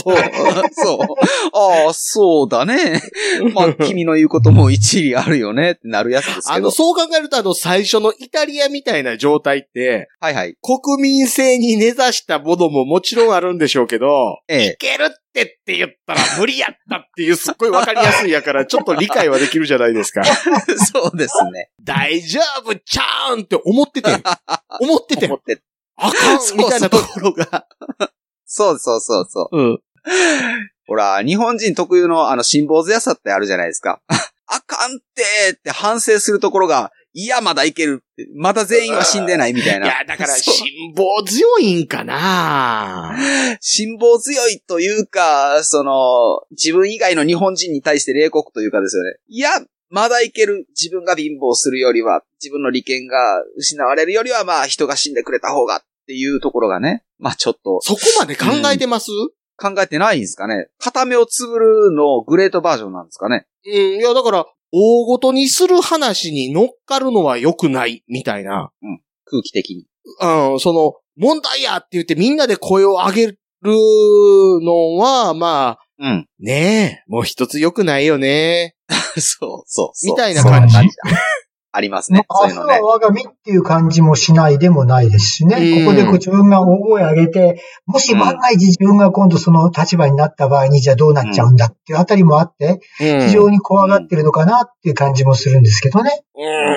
ああ、そうだね。まあ、君の言うことも一理あるよねってなるやつですけど。 そう考えると最初のイタリアみたいな状態って、 はいはい。 国民性に根ざしたものももちろんあるんでしょうけど、いけるって言ったら無理やったっていうすっごいわかりやすいやから、ちょっと理解はできるじゃないですか。 そうですね。 大丈夫ちゃーんって思ってて。あかんみたいなところが。 そう。ほら、日本人特有の辛抱強さってあるじゃないですか。あかんって反省するところが、いや、まだいけるって。まだ全員は死んでないみたいな。 いや、だから辛抱強いんかな。 辛抱強いというか、自分以外の日本人に対して冷酷というかですよね。いや、まだいける。自分が貧乏するよりは、自分の利権が失われるよりは、まあ人が死んでくれた方がっていうところがね。まあちょっと。 そこまで考えてます？ 考えてないんですかね。片目をつぶるのグレートバージョンなんですかね。 いやだから、大ごとにする話に乗っかるのは良くない、みたいな。 空気的に。 問題やって言ってみんなで声を上げるのは、まあ、ねえ、もう一つ良くないよね。 そう。 みたいな感じ。 ありますね。そういうのね。 明日は我が身っていう感じもしないでもないですしね。ここで自分が大声上げて、もし万が一自分が今度その立場になった場合にじゃあどうなっちゃうんだっていうあたりもあって、非常に怖がってるのかなっていう感じもするんですけどね。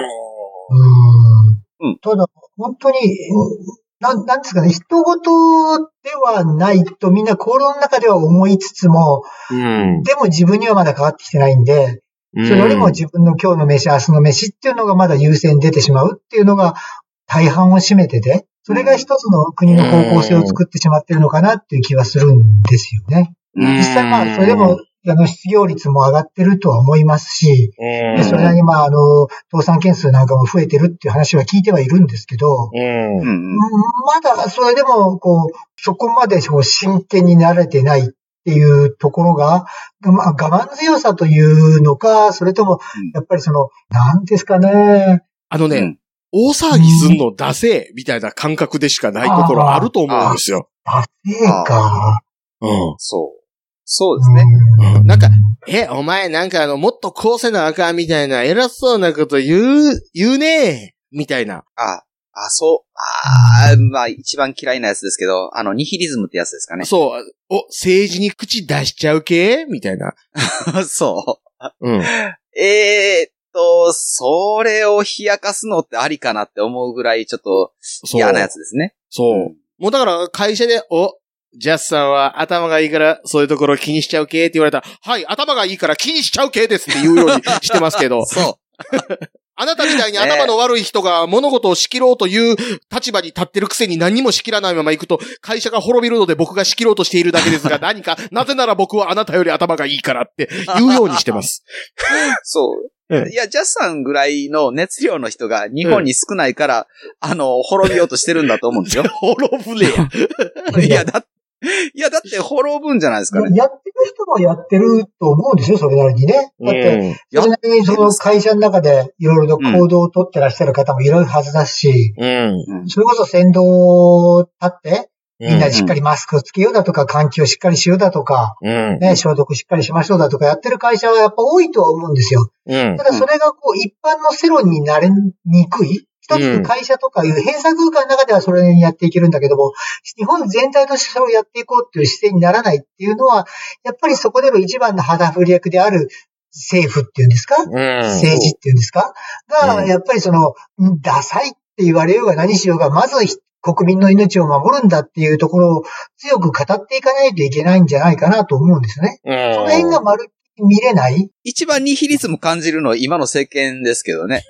ただ、本当に、なんですかね、人事ではないとみんな心の中では思いつつも、でも自分にはまだ変わってきてないんで、それよりも自分の今日の飯、明日の飯っていうのがまだ優先に出てしまうっていうのが大半を占めてて、それが一つの国の方向性を作ってしまっているのかなっていう気はするんですよね。実際まあ、それでも、失業率も上がってるとは思いますし、それなりにまあ、倒産件数なんかも増えてるっていう話は聞いてはいるんですけど、まだそれでも、そこまで真剣になれてないっていうところが、まあ、我慢強さというのか、それとも、やっぱりなんですかね。 大騒ぎすんの出せみたいな感覚でしかないところあると思うんですよ。 出せか。 そうですね。 なんか、お前なんかもっとこうせなあかんみたいな偉そうなこと言うねみたいな。 まあ一番嫌いなやつですけど、ニヒリズムってやつですかね。 そう。政治に口出しちゃう系みたいな。 そう。それを冷やかすのってありかなって思うぐらいちょっと嫌なやつですね。 そう。もうだから会社で、ジャスさんは頭がいいからそういうところ気にしちゃう系って言われたら、はい、頭がいいから気にしちゃう系ですって言うようにしてますけど。 そう。 あなたみたいに頭の悪い人が物事を仕切ろうという立場に立ってるくせに何も仕切らないまま行くと、会社が滅びるので僕が仕切ろうとしているだけですが、なぜなら僕はあなたより頭がいいからって言うようにしてます。 そう。いや、ジャスさんぐらいの熱量の人が日本に少ないから、滅びようとしてるんだと思うんですよ。 滅ぶねや。 いや、だって滅ぶんじゃないですかね。 やってる人はやってると思うんですよ、それなりにね。だって、それなりにその会社の中でいろいろと行動を取ってらっしゃる方もいるはずだし、それこそ先導を立って、みんなでしっかりマスクをつけようだとか、換気をしっかりしようだとか、ね、消毒しっかりしましょうだとかやってる会社はやっぱ多いとは思うんですよ。ただそれがこう一般の世論になりにくい。一つの会社とかいう閉鎖空間の中ではそれにやっていけるんだけども、日本全体としてそれをやっていこうっていう姿勢にならないっていうのは、やっぱりそこでの一番の旗振り役である政府っていうんですか、政治っていうんですかが、やっぱりダサいって言われようが何しようが、まず国民の命を守るんだっていうところを強く語っていかないといけないんじゃないかなと思うんですね。その辺が見れない一番ニヒリズム感じるのは今の政権ですけどね。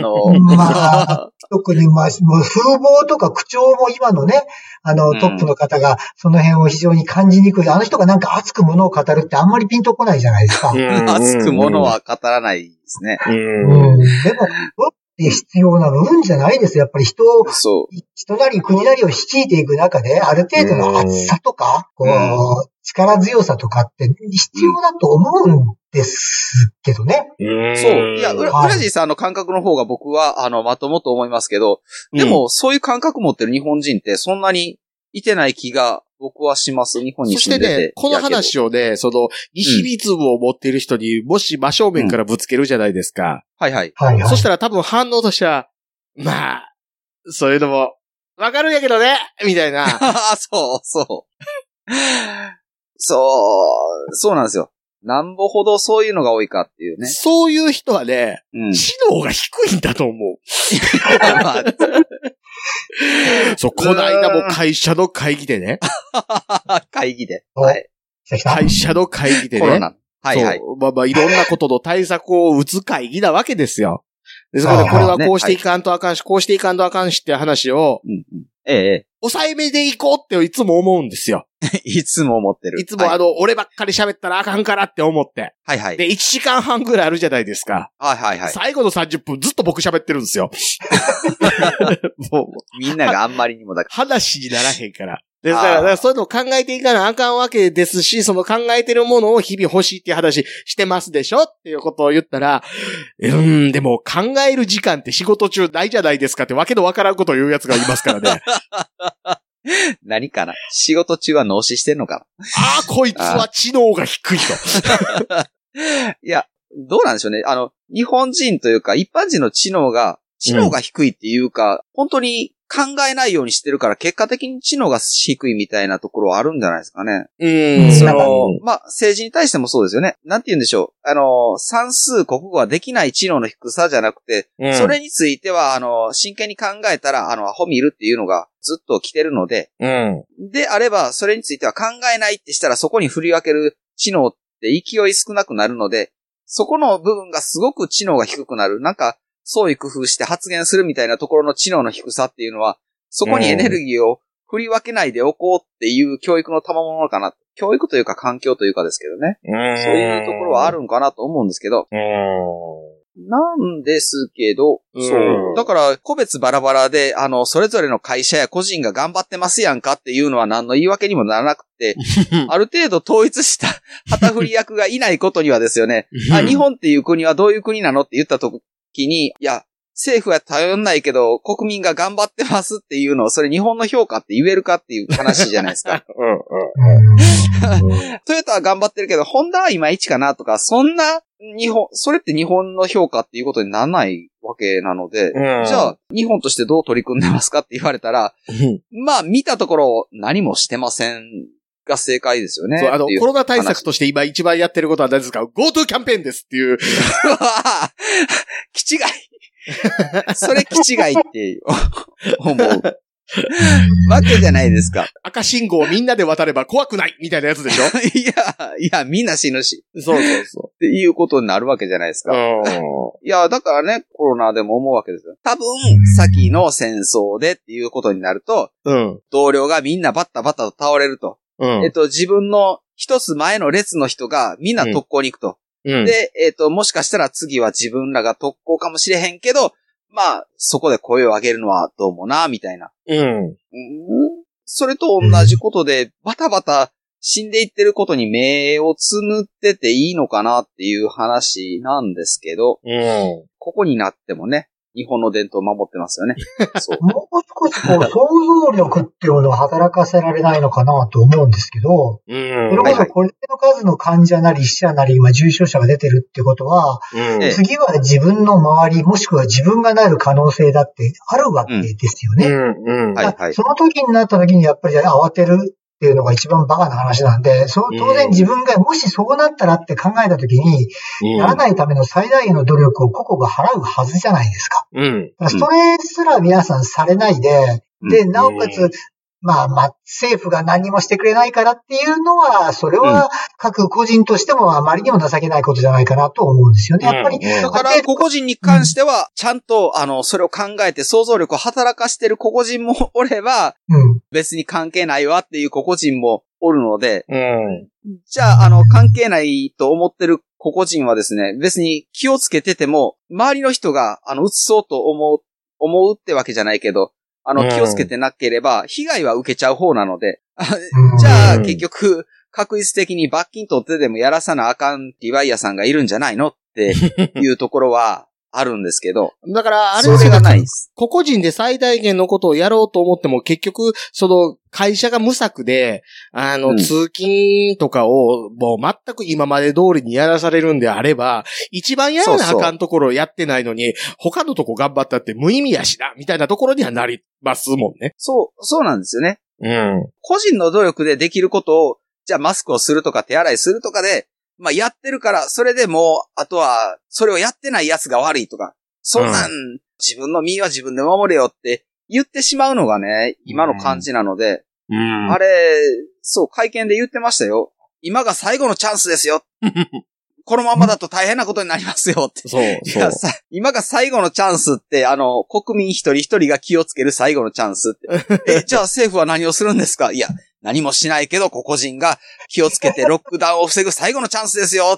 特に風貌とか口調も今のね、トップの方がその辺を非常に感じにくい。あの人がなんか熱く物を語るってあんまりピンとこないじゃないですか。 熱く物は語らないですね。 でも、必要な部分じゃないです。やっぱり人なり国なりを率いていく中で、ある程度の厚さとか、力強さとかって必要だと思うんですけどね。 そう。いや、ウラジーさんの感覚の方が僕は、まともと思いますけど、でも、そういう感覚持ってる日本人ってそんなにいてない気が僕はします。日本に住んでて。そしてね、 この話をね、ニヒリズムを持っている人にもし真正面からぶつけるじゃないですか。 はいはい。 そしたら多分反応としては、まあ、そういうのも、わかるんやけどねみたいな。 そうなんですよ。なんぼほどそういうのが多いかっていうね。 そういう人はね、知能が低いんだと思う。そう、この間も会社の会議でね。 会議で。 はい。 会社の会議でね。 コロナ。はいはい。 そう、いろんなことの対策を打つ会議なわけですよ。で、そこでこれはこうしていかんとあかんし、こうしていかんとあかんしって話を、抑えめでいこうっていつも思うんですよ。 いつも思ってる。 いつも俺ばっかり喋ったらあかんからって思って。 はいはい。 で、1時間半ぐらいあるじゃないですか。 はいはいはい。 最後の30分ずっと僕喋ってるんですよ。 もうみんながあんまりにもだから。 話にならへんから。だからそういうのを考えていかなあかんわけですし、その考えてるものを日々欲しいっていう話してますでしょっていうことを言ったら、でも考える時間って仕事中ないじゃないですかってわけのわからんことを言うやつがいますからね。 何かな仕事中は脳死してんのかなこいつは知能が低いと。 いや、どうなんでしょうね。日本人というか一般人の知能が低いっていうか、本当に考えないようにしてるから結果的に知能が低いみたいなところはあるんじゃないですかね。政治に対してもそうですよね。なんて言うんでしょう。算数国語はできない知能の低さじゃなくて、それについては、真剣に考えたら、アホ見るっていうのがずっと来てるので、であれば、それについては考えないってしたら、そこに振り分ける知能って勢い少なくなるので、そこの部分がすごく知能が低くなる。なんか、創意工夫して発言するみたいなところの知能の低さっていうのは、そこにエネルギーを振り分けないでおこうっていう教育の賜物かな。教育というか環境というかですけどね。そういうところはあるんかなと思うんですけど。なんですけど、そう。だから、個別バラバラで、それぞれの会社や個人が頑張ってますやんかっていうのは何の言い訳にもならなくて、ある程度統一した旗振り役がいないことにはですよね。日本っていう国はどういう国なのって言った時に、いや、政府は頼んないけど、国民が頑張ってますっていうのを、それ日本の評価って言えるかっていう話じゃないですか。トヨタは頑張ってるけど、ホンダはいまいちかなとか、それって日本の評価っていうことにならないわけなので、じゃあ、日本としてどう取り組んでますかって言われたら、見たところ何もしてませんが正解ですよね。 そう、コロナ対策として今一番やってることは何ですか？ GoTo キャンペーンですっていう。 気違い。それ気違いって思う。 わけじゃないですか。 赤信号をみんなで渡れば怖くないみたいなやつでしょいや、みんな死ぬし。 そう。 っていうことになるわけじゃないですか。いや、だからね、コロナでも思うわけですよ。多分、先の戦争でっていうことになると、同僚がみんなバッタバッタと倒れると。自分の一つ前の列の人がみんな特攻に行くと。で、もしかしたら次は自分らが特攻かもしれへんけど、まあ、そこで声を上げるのはどうもな、みたいな。それと同じことで、バタバタ死んでいってることに目をつむってていいのかなっていう話なんですけど、ここになってもね、日本の伝統を守ってますよね。 そうもう少し想像力っていうのを働かせられないのかなと思うんですけど、それこそこれの数の患者なり死者なり今重症者が出てるってことは、次は自分の周りもしくは自分がなる可能性だってあるわけですよね。その時になった時にやっぱり慌てるっていうのが一番バカな話なんで、当然自分がもしそうなったらって考えたときに、ならないための最大限の努力を個々が払うはずじゃないですか。それすら皆さんされないで、で、なおかつ、政府が何もしてくれないからっていうのは、それは各個人としてもあまりにも情けないことじゃないかなと思うんですよね。やっぱり。 だから、個々人に関しては、ちゃんと、それを考えて想像力を働かしてる個々人もおれば、別に関係ないわっていう個々人もおるので、じゃあ、関係ないと思ってる個々人はですね、別に気をつけてても、周りの人が、移そうと思うってわけじゃないけど、気をつけてなければ、被害は受けちゃう方なので、じゃあ、結局、確実的に罰金取ってでもやらさなあかんリヴァイアさんがいるんじゃないのっていうところはあるんですけど。 だから、あれですよね。個々人で最大限のことをやろうと思っても、結局、会社が無策で、通勤とかを、もう全く今まで通りにやらされるんであれば、一番やらなあかんところをやってないのに、他のとこ頑張ったって無意味やしな、みたいなところにはなりますもんね。 そうなんですよね。個人の努力でできることを、じゃあマスクをするとか手洗いするとかで、やってるから、それでもう、あとは、それをやってない奴が悪いとか、そんなん、自分の身は自分で守れよって言ってしまうのがね、今の感じなので、あれ、会見で言ってましたよ。今が最後のチャンスですよ。このままだと大変なことになりますよって。今が最後のチャンスって、国民一人一人が気をつける最後のチャンスって。じゃあ政府は何をするんですか？いや、何もしないけど、個々人が気をつけてロックダウンを防ぐ最後のチャンスですよって、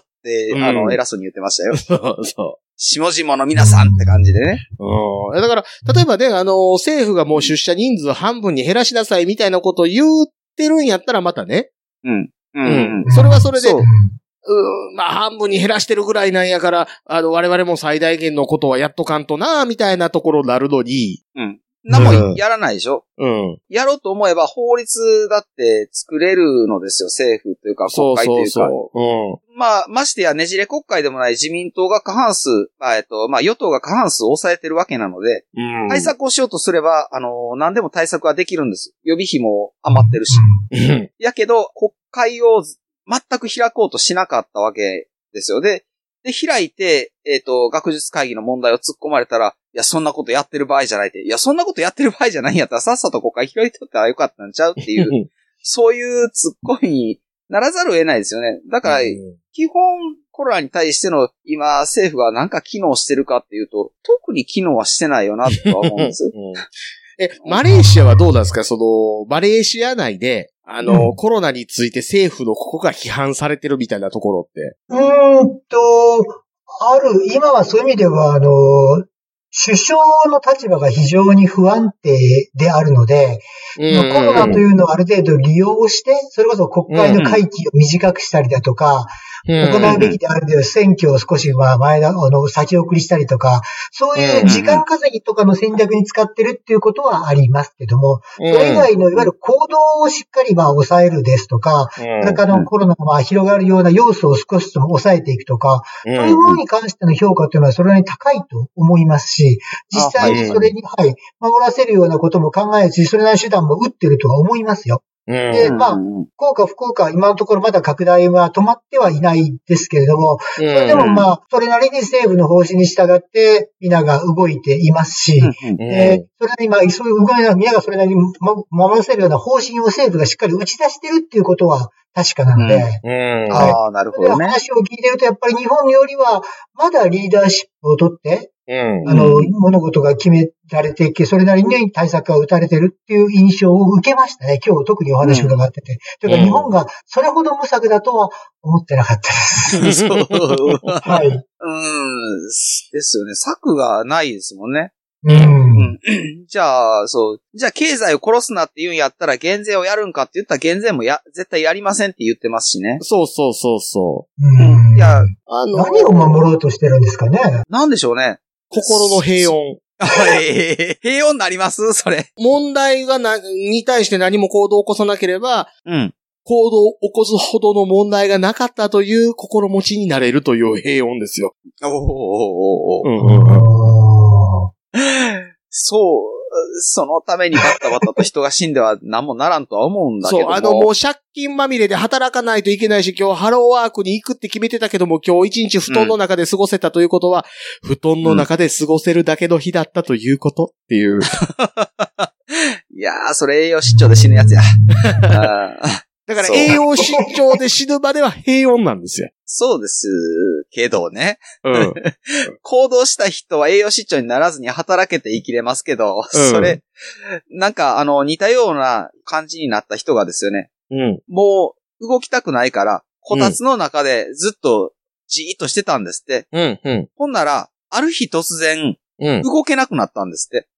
偉そうに言ってましたよ。下々の皆さんって感じでね。 だから、例えばね、政府がもう出社人数半分に減らしなさいみたいなことを言ってるんやったらまたね。それはそれで、半分に減らしてるぐらいなんやから、我々も最大限のことはやっとかんとな、みたいなところになるのに。 何もやらないでしょ？やろうと思えば法律だって作れるのですよ、政府というか国会というか。ましてやねじれ国会でもない自民党が過半数、与党が過半数を抑えてるわけなので、対策をしようとすれば、何でも対策はできるんです。予備費も余ってるし。やけど、国会を全く開こうとしなかったわけですよ。で、開いて、学術会議の問題を突っ込まれたら、いや、そんなことやってる場合じゃないって。いや、そんなことやってる場合じゃないんやったら、さっさと国会開いておったらよかったんちゃうっていう、そういう突っ込みにならざるを得ないですよね。だから、基本、コロナに対しての今、政府がなんか機能してるかっていうと、特に機能はしてないよな、とは思うんです。 マレーシアはどうなんですか？マレーシア内で、コロナについて政府のここが批判されてるみたいなところって。 今はそういう意味では、首相の立場が非常に不安定であるので、コロナというのをある程度利用して、それこそ国会の会期を短くしたりだとか、行うべきである程度選挙を少し先送りしたりとか、そういう時間稼ぎとかの戦略に使ってるっていうことはありますけども、それ以外のいわゆる行動をしっかり抑えるですとか、それからコロナが広がるような要素を少しずつ抑えていくとか、そういうものに関しての評価というのはそれなりに高いと思いますし、実際にそれに、守らせるようなことも考えず、それなりの手段も打ってるとは思いますよ。で、効果不効果は今のところまだ拡大は止まってはいないですけれども、それでもそれなりに政府の方針に従って皆が動いていますし、そそれなりに、そういう動きが皆がそれなりに守らせるような方針を政府がしっかり打ち出してるっていうことは確かなので。 ああ、なるほどね。 話を聞いてると、やっぱり日本よりは、まだリーダーシップを取って、物事が決められていけ、それなりに対策が打たれてるっていう印象を受けましたね。今日特にお話を伺ってて。というか、日本がそれほど無策だとは思ってなかったです。 そう。 はい。 ですよね。策がないですもんね。じゃあ経済を殺すなって言うんやったら減税をやるんかって言ったら減税も絶対やりませんって言ってますしね。 そう。 いや、何を守ろうとしてるんですかね。 なんでしょうね。 心の平穏。 平穏になりますそれ。 問題に対して何も行動を起こさなければ、行動を起こすほどの問題がなかったという心持ちになれるという平穏ですよ。そう、 そのためにバッタバタと人が死んでは何もならんとは思うんだけども。 そう、もう借金まみれで働かないといけないし、今日ハローワークに行くって決めてたけども、今日一日布団の中で過ごせたということは、布団の中で過ごせるだけの日だったということっていう。 いやー、それ栄養失調で死ぬやつや。 だから栄養失調で死ぬまでは平穏なんですよ。 そうですけどね。行動した人は栄養失調にならずに働けて生きれますけど、それ、なんか似たような感じになった人がですよね。もう動きたくないから、こたつの中でずっとじーっとしてたんですって。ほんなら、ある日突然、動けなくなったんですって。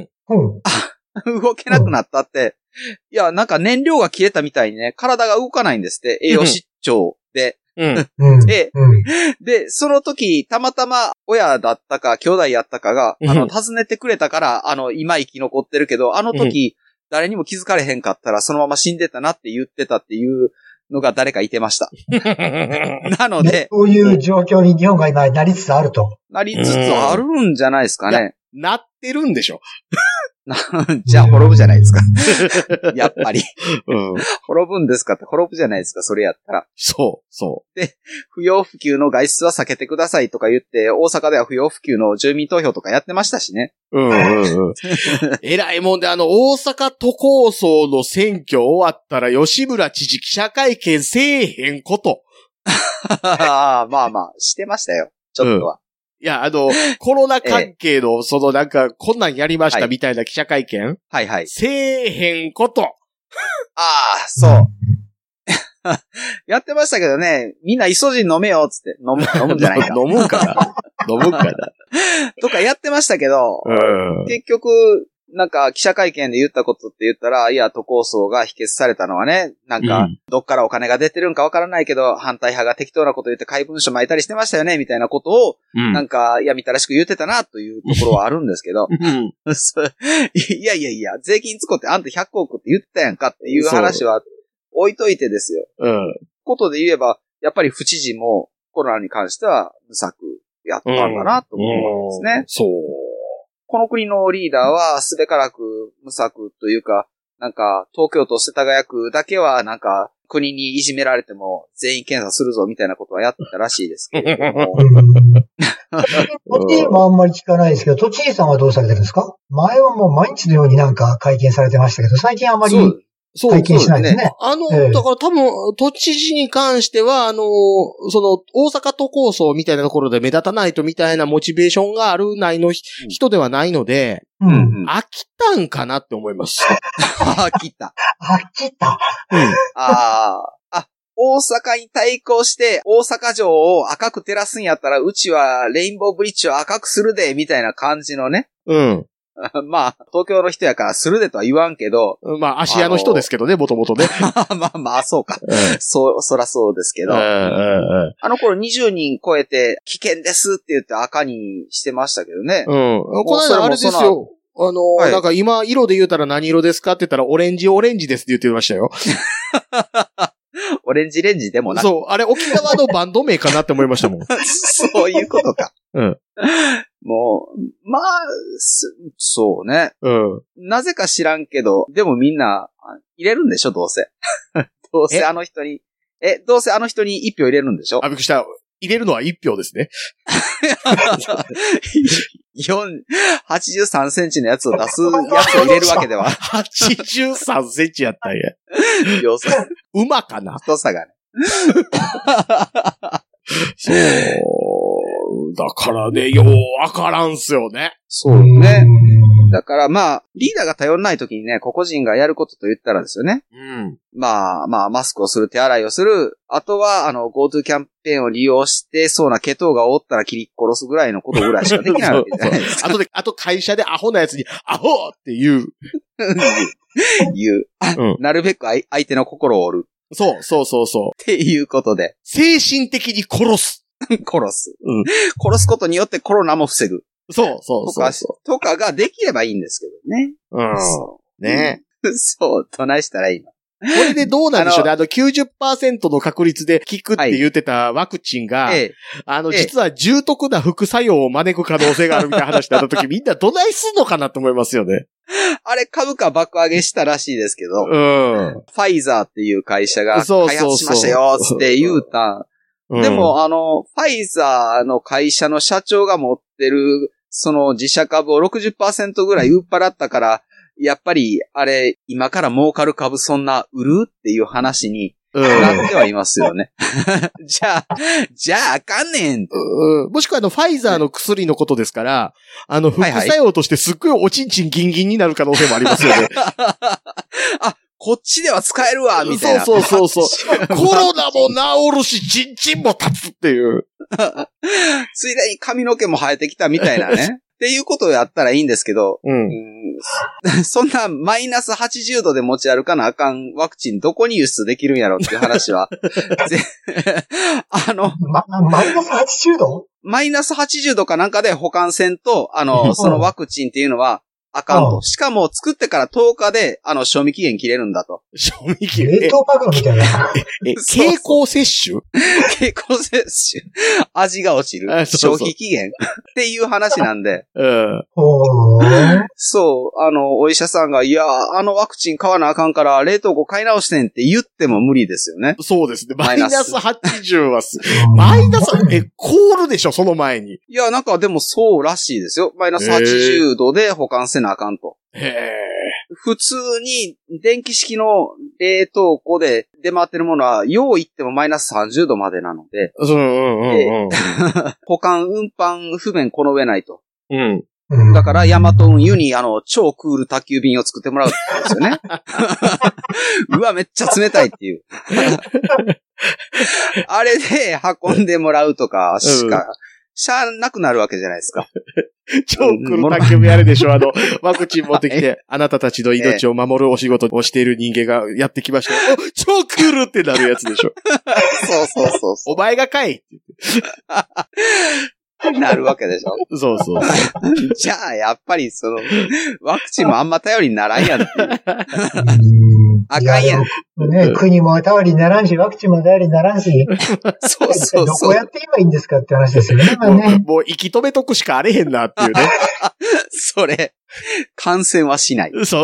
動けなくなったって、いや、なんか燃料が切れたみたいにね、体が動かないんですって、栄養失調で。で、その時、たまたま親だったか、兄弟やったかが、訪ねてくれたから、今生き残ってるけど、時、誰にも気づかれへんかったら、そのまま死んでたなって言ってたっていうのが誰かいてました。なので。 そういう状況に日本が今なりつつあると。 なりつつあるんじゃないですかね。 なってるんでしょ。 じゃあ滅ぶじゃないですか。やっぱり。滅ぶんですかって滅ぶじゃないですか、それやったら。 そう。 で、不要不急の外出は避けてくださいとか言って、大阪では不要不急の住民投票とかやってましたしね。 えらいもんで、大阪都構想の選挙終わったら吉村知事記者会見せえへんこと。 まあ、してましたよ。ちょっとは。 いや、コロナ関係の、なんか、こんなんやりましたみたいな記者会見、せえへんこと。 そう。やってましたけどね、みんなイソジン飲めよ、つって。飲むんじゃないか。 飲むんかな。 とかやってましたけど、結局、なんか記者会見で言ったことって言ったら、いや、都構想が否決されたのはね、なんか、どっからお金が出てるんかわからないけど、反対派が適当なこと言って怪文書巻いたりしてましたよね、みたいなことを、なんか、やみたらしく言ってたな、というところはあるんですけど、いや、税金使ってあんた100億って言ってたやんかっていう話は置いといてですよ。ことで言えば、やっぱり府知事もコロナに関しては無策やったんだな、と思うんですね。この国のリーダーはすべからく無策というか、なんか東京都世田谷区だけはなんか国にいじめられても全員検査するぞみたいなことはやってたらしいですけれども。 都知事もあんまり聞かないですけど、都知事さんはどうされてるんですか？前はもう毎日のようになんか会見されてましたけど、最近あんまり会見しないですね。 だから多分、都知事に関しては、大阪都構想みたいなところで目立たないとみたいなモチベーションがあるないの人ではないので、飽きたんかなって思います。 飽きた。大阪に対抗して大阪城を赤く照らすんやったら、うちはレインボーブリッジを赤くするで、みたいな感じのね。まあ、東京の人やからするでとは言わんけど。 まあ、芦屋の人ですけどね、もともとね。 まあ、そうか。そらそうですけど。あの頃20人超えて危険ですって言って赤にしてましたけどね。 この間あれですよ。なんか今、色で言うたら何色ですかって言ったらオレンジですって言ってましたよ。 オレンジレンジでもなく。 そう、あれ沖縄のバンド名かなって思いましたもん。 そういうことか。もう、まあ、そうね。なぜか知らんけど、でもみんな入れるんでしょ、どうせ。どうせあの人に一票入れるんでしょ。 びっくりした。 入れるのは1票ですね。 83センチのやつを出すやつを入れるわけでは。 83センチやったんや。馬かな太さがね。 そう。だからね、ようわからんすよね。 そうね。だからまあ、リーダーが頼らない時にね、個々人がやることと言ったらですよね。 うん。 まあ、マスクをする、手洗いをする。あとは、GoTo キャンペーンを利用してそうなケトウがおったら切り殺すぐらいのことぐらいしかできないわけじゃないですか。 あと会社でアホなやつに、アホって言う。 なるべく相手の心を折る。 そう。 っていうことで。 精神的に殺す。 殺す。殺すことによってコロナも防ぐ。 そう。 とかができればいいんですけどね。 ね。 そう、どないしたらいいの？ これでどうなんでしょうね。90% の確率で効くって言ってたワクチンが、実は重篤な副作用を招く可能性があるみたいな話になった時、みんなどないすんのかなと思いますよね。 あれ株価爆上げしたらしいですけど、ファイザーっていう会社が開発しましたよって言うた。でも、ファイザーの会社の社長が持ってる、その自社株を 60% ぐらい売っ払ったから、やっぱり、あれ、今から儲かる株そんな売るっていう話になってはいますよね。じゃああかんねん。 もしくはファイザーの薬のことですから、副作用としてすっごいおちんちんギンギンになる可能性もありますよね。 あ、こっちでは使えるわ、みたいな。 そう。コロナも治るし、チンチンも立つっていう。 ついでに髪の毛も生えてきたみたいなね。っていうことをやったらいいんですけど、そんなマイナス80度で持ち歩かなあかんワクチンどこに輸出できるんやろっていう話は。 マイナス80度？ マイナス80度かなんかで保管せんと、そのワクチンっていうのはあかんと。しかも作ってから10日で、賞味期限切れるんだと。 賞味期限冷凍パックみたいな。 経口摂取？ 経口摂取。味が落ちる。消費期限っていう話なんで。そう、お医者さんが、いや、ワクチン買わなあかんから冷凍庫買い直してんって言っても無理ですよね。 そうですね。マイナス80はマイナス、凍るでしょ、その前に。 いや、なんかでもそうらしいですよ。マイナス80度で保管せなあかんと。普通に電気式の冷凍庫で出回ってるものは、よう言ってもマイナス30度までなので、保管運搬不便この上ないと。だから、ヤマト運輸に、超クール宅急便を作ってもらうってことですよね。うわ、めっちゃ冷たいっていう。あれで運んでもらうとかしか、しゃあなくなるわけじゃないですか。 超クール宅急便あれでしょ、ワクチン持ってきて、あなたたちの命を守るお仕事をしている人間がやってきました。超クールってなるやつでしょ。 そう。 お前がかいって言って。 なるわけでしょ。 そう。 じゃあ、やっぱりワクチンもあんま頼りにならんやんっていう。あかんやん。 ね、国も頼りにならんし、ワクチンも頼りにならんし。 そう。 どこやって言えばいいんですかって話ですよね。 もう息止めとくしかあれへんなっていうね。 それ、感染はしない。 そう。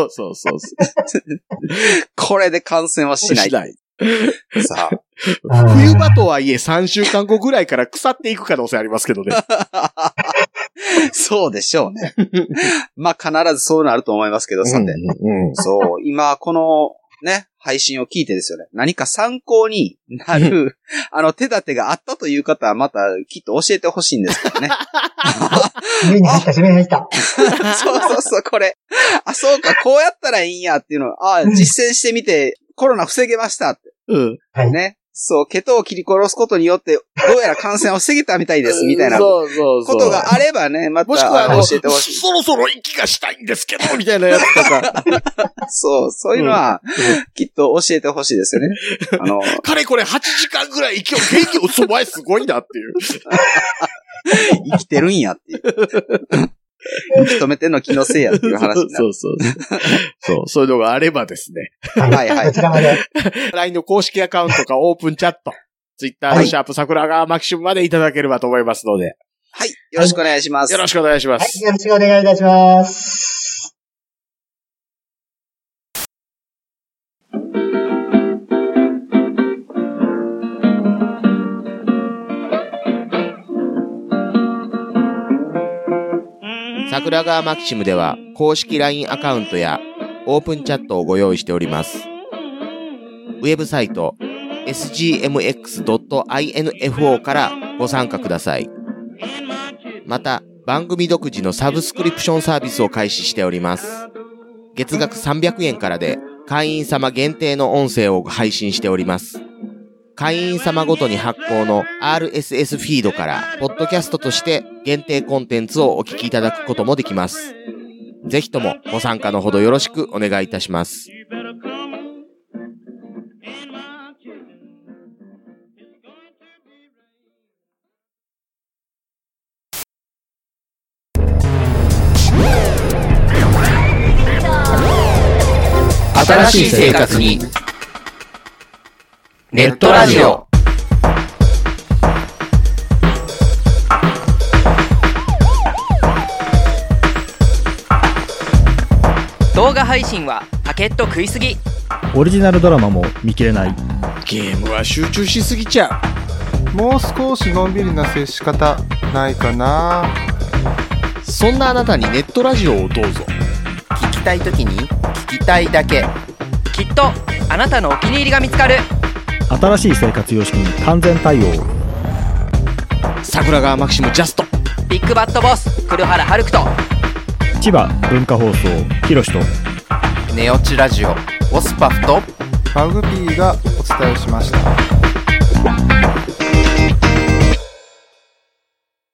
これで感染はしない。さあ。 冬場とはいえ3週間後ぐらいから腐っていく可能性ありますけどね。 そうでしょうね。まあ必ずそうなると思いますけど、さて。そう、今このね、配信を聞いてですよね。何か参考になる、手立てがあったという方はまたきっと教えてほしいんですけどね。 目に入った。 そう、これ。そうか、こうやったらいいんやっていうのを、実践してみて、コロナ防げましたって。ね。そう、ケトを切り殺すことによって、どうやら感染を防げたみたいです、みたいな。ことがあればね、またもしくは教えてほしい。 そろそろ息がしたいんですけど、みたいなやつとか。 そういうのは、きっと教えてほしいですよね。 かれこれ8時間ぐらい元気をそばえすごいなっていう。 生きてるんやっていう。息止めてんの気のせいやっていう話になる。 そういうのがあればですね。 はい。 こちらまで。 LINE の公式アカウントかオープンチャット、Twitter のシャープ桜川マキシムまでいただければと思いますので。 はい。よろしくお願いします。 よろしくお願いします。 はい。よろしくお願いいたします。 桜川マキシムでは公式 LINE アカウントやオープンチャットをご用意しております。ウェブサイト sgmx.info からご参加ください。また、番組独自のサブスクリプションサービスを開始しております。月額300円からで会員様限定の音声を配信しております。会員様ごとに発行の RSS フィードからポッドキャストとして限定コンテンツをお聞きいただくこともできます。ぜひともご参加のほどよろしくお願いいたします。 新しい生活にネットラジオ。 動画配信はパケット食いすぎ。 オリジナルドラマも見切れない。 ゲームは集中しすぎちゃう。もう少しのんびりな接し方ないかな。 そんなあなたにネットラジオをどうぞ。 聞きたいときに聞きたいだけ。 きっとあなたのお気に入りが見つかる。 新しい生活様式に完全対応。 桜川マキシムジャスト。 ビッグバットボス黒原遥人。 千葉文化放送ひろしとネオチラジオオスパフとマグピーがお伝えしました。